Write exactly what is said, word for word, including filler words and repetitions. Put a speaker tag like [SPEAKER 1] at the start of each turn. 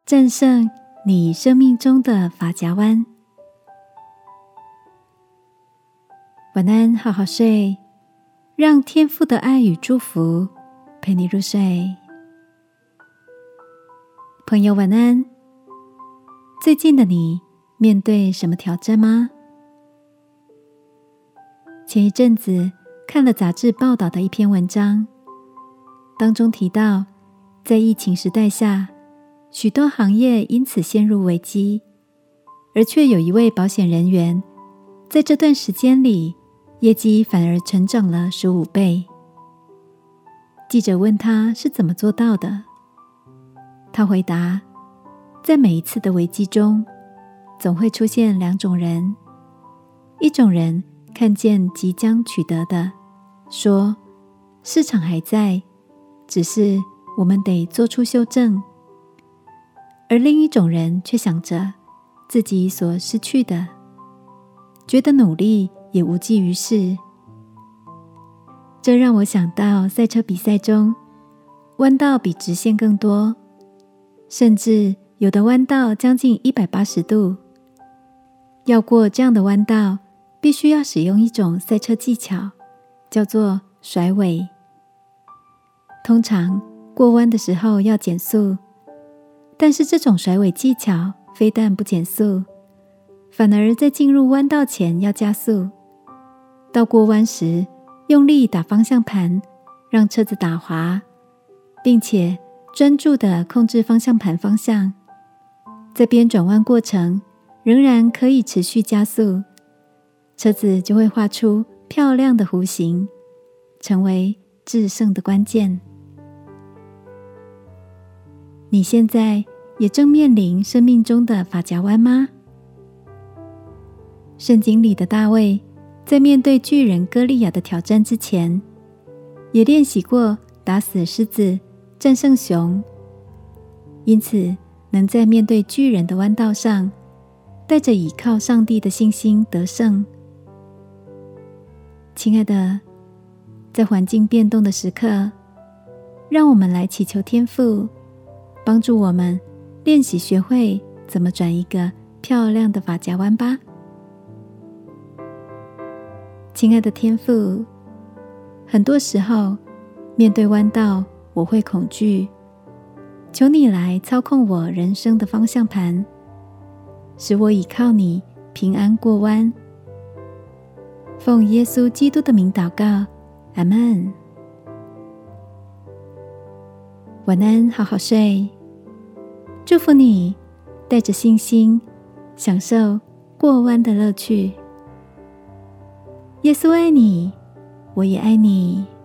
[SPEAKER 1] 战胜你生命中的发夹弯。晚安，好好睡，让天父的爱与祝福陪你入睡。朋友晚安。最近的你面对什么挑战吗？前一阵子看了杂志报道的一篇文章，当中提到，在疫情时代下，许多行业因此陷入危机，而却有一位保险人员，在这段时间里，业绩反而成长了十五倍。记者问他是怎么做到的，他回答，在每一次的危机中，总会出现两种人，一种人看见即将取得的，说市场还在，只是我们得做出修正；而另一种人却想着自己所失去的，觉得努力也无济于事。这让我想到赛车比赛中，弯道比直线更多，甚至有的弯道将近一百八十度。要过这样的弯道，必须要使用一种赛车技巧，叫做甩尾。通常过弯的时候要减速，但是这种甩尾技巧非但不减速，反而在进入弯道前要加速。到过弯时，用力打方向盘，让车子打滑，并且专注地控制方向盘方向。在边转弯过程，仍然可以持续加速，车子就会画出漂亮的弧形，成为制胜的关键。你现在也正面临生命中的发夹弯吗？圣经里的大卫在面对巨人歌利亚的挑战之前，也练习过打死狮子、战胜熊，因此能在面对巨人的弯道上，带着倚靠上帝的信心得胜。亲爱的，在环境变动的时刻，让我们来祈求天父帮助我们练习学会怎么转一个漂亮的发夹弯吧。亲爱的天父，很多时候面对弯道我会恐惧，求你来操控我人生的方向盘，使我倚靠你平安过弯。奉耶稣基督的名祷告，阿们。晚安，好好睡。祝福你带着信心享受过弯的乐趣。耶稣爱你，我也爱你。